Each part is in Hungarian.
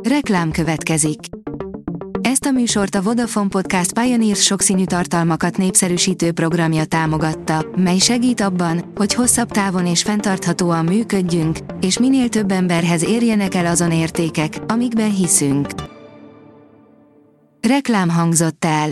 Reklám következik. Ezt a műsort a Vodafone Podcast Pioneers sokszínű tartalmakat népszerűsítő programja támogatta, mely segít abban, hogy hosszabb távon és fenntarthatóan működjünk, és minél több emberhez érjenek el azon értékek, amikben hiszünk. Reklám hangzott el.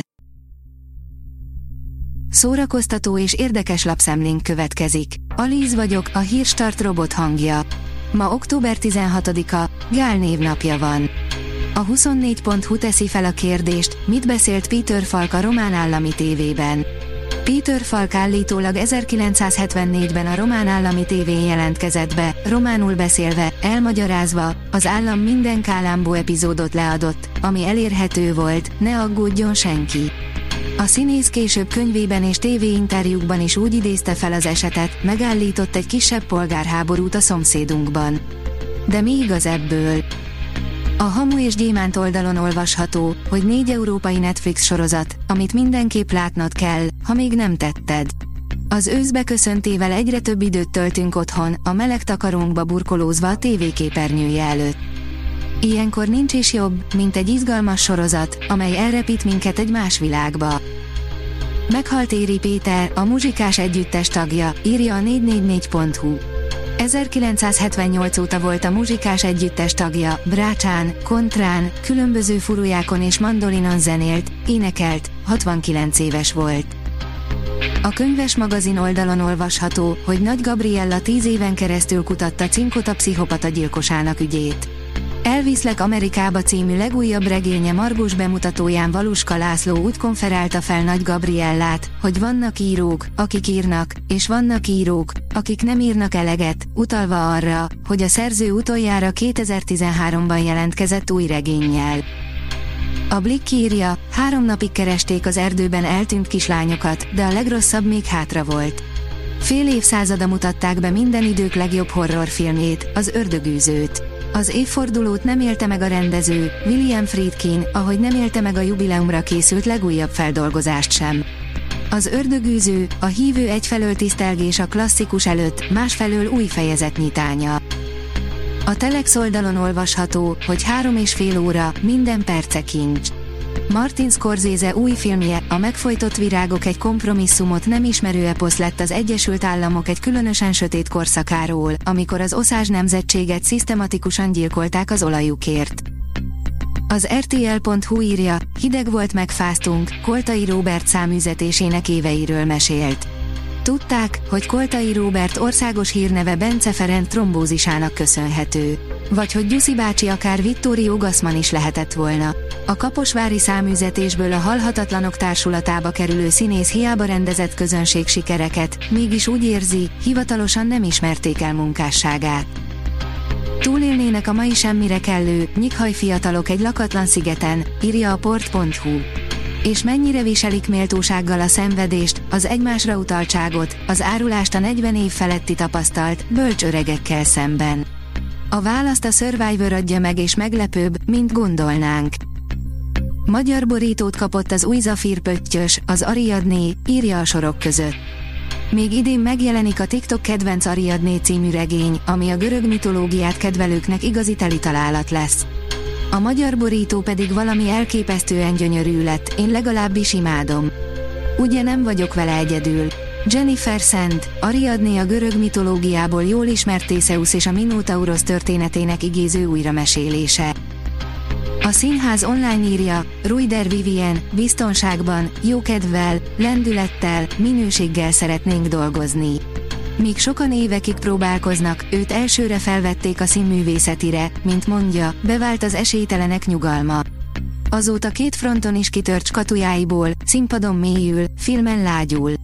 Szórakoztató és érdekes lapszemlénk következik. Alíz vagyok, a Hírstart robot hangja. Ma október 16-a, Gál névnapja van. A 24.hu teszi fel a kérdést, mit beszélt Peter Falk a román állami tévében. Peter Falk állítólag 1974-ben a román állami tévén jelentkezett be, románul beszélve, elmagyarázva, az állam minden Kálámbó epizódot leadott, ami elérhető volt, ne aggódjon senki. A színész később könyvében és tévéinterjúkban is úgy idézte fel az esetet, megállított egy kisebb polgárháborút a szomszédunkban. De mi igaz ebből? A Hamu és Gyémánt oldalon olvasható, hogy 4 európai Netflix sorozat, amit mindenképp látnod kell, ha még nem tetted. Az ősz beköszöntével egyre több időt töltünk otthon, a meleg takarónkba burkolózva a tévéképernyője előtt. Ilyenkor nincs is jobb, mint egy izgalmas sorozat, amely elrepít minket egy más világba. Meghalt Éri Péter, a Muzsikás együttes tagja, írja a 444.hu. 1978 óta volt a Muzsikás együttes tagja, brácsán, kontrán, különböző furujákon és mandolinon zenélt, énekelt, 69 éves volt. A Könyves magazin oldalon olvasható, hogy Nagy Gabriella 10 éven keresztül kutatta Cinkota pszichopata gyilkosának ügyét. Elviszlek Amerikába című legújabb regénye margós bemutatóján Valuska László úgy konferálta fel Nagy Gabriellát, hogy vannak írók, akik írnak, és vannak írók, akik nem írnak eleget, utalva arra, hogy a szerző utoljára 2013-ban jelentkezett új regénnyel. A Blick írja, 3 napig keresték az erdőben eltűnt kislányokat, de a legrosszabb még hátra volt. Fél évszázada mutatták be minden idők legjobb horrorfilmjét, az Ördögűzőt. Az évfordulót nem élte meg a rendező, William Friedkin, ahogy nem élte meg a jubileumra készült legújabb feldolgozást sem. Az Ördögűző, a hívő egyfelől tisztelgés a klasszikus előtt, másfelől új fejezet nyitánya. A Telex oldalon olvasható, hogy 3,5 óra, minden perce kincs. Martin Scorsese új filmje, a Megfojtott virágok egy kompromisszumot nem ismerő eposz lett az Egyesült Államok egy különösen sötét korszakáról, amikor az Oszázs nemzetséget szisztematikusan gyilkolták az olajukért. Az RTL.hu írja, hideg volt megfáztunk, Koltai Róbert száműzetésének éveiről mesélt. Tudták, hogy Koltai Róbert országos hírneve Bence Ferenc trombózisának köszönhető. Vagy hogy Gyuszi bácsi akár Vittorio Gassman is lehetett volna. A kaposvári száműzetésből a Halhatatlanok társulatába kerülő színész hiába rendezett közönség sikereket, mégis úgy érzi, hivatalosan nem ismerték el munkásságát. Túlélnének a mai semmire kellő, nyikhaj fiatalok egy lakatlan szigeten, írja a port.hu. És mennyire viselik méltósággal a szenvedést, az egymásra utaltságot, az árulást a 40 év feletti tapasztalt, bölcs öregekkel szemben. A választ a Survivor adja meg, és meglepőbb, mint gondolnánk. Magyar borítót kapott az új Zafír pöttyös, az Ariadné, írja a sorok között. Még idén megjelenik a TikTok kedvenc Ariadné című regény, ami a görög mitológiát kedvelőknek igazi teli találat lesz. A magyar borító pedig valami elképesztően gyönyörű lett, én legalábbis imádom. Ugye nem vagyok vele egyedül. Jennifer Sand, Ariadné a görög mitológiából jól ismert Thészeusz és a Minótaurosz történetének igéző újramesélése. A színház online írja, Ruider Vivien, biztonságban, jókedvvel, lendülettel, minőséggel szeretnénk dolgozni. Míg sokan évekig próbálkoznak, őt elsőre felvették a színművészetire, mint mondja, bevált az esélytelenek nyugalma. Azóta 2 fronton is kitört skatujáiból, színpadon mélyül, filmen lágyul.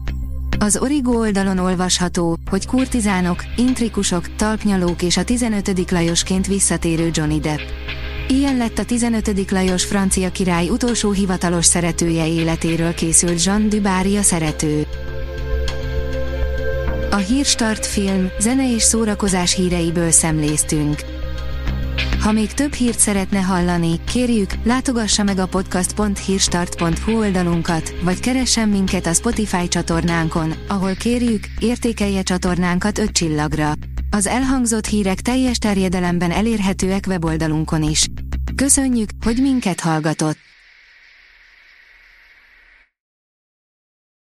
Az Origo oldalon olvasható, hogy kurtizánok, intrikusok, talpnyalók és a 15. Lajosként visszatérő Johnny Depp. Ilyen lett a 15. Lajos francia király utolsó hivatalos szeretője életéről készült Jean du Barry a szerető. A Hírstart film, zene és szórakozás híreiből szemléztünk. Ha még több hírt szeretne hallani, kérjük, látogassa meg a podcast.hírstart.hu oldalunkat, vagy keressen minket a Spotify csatornánkon, ahol kérjük, értékelje csatornánkat 5 csillagra. Az elhangzott hírek teljes terjedelemben elérhetőek weboldalunkon is. Köszönjük, hogy minket hallgatott!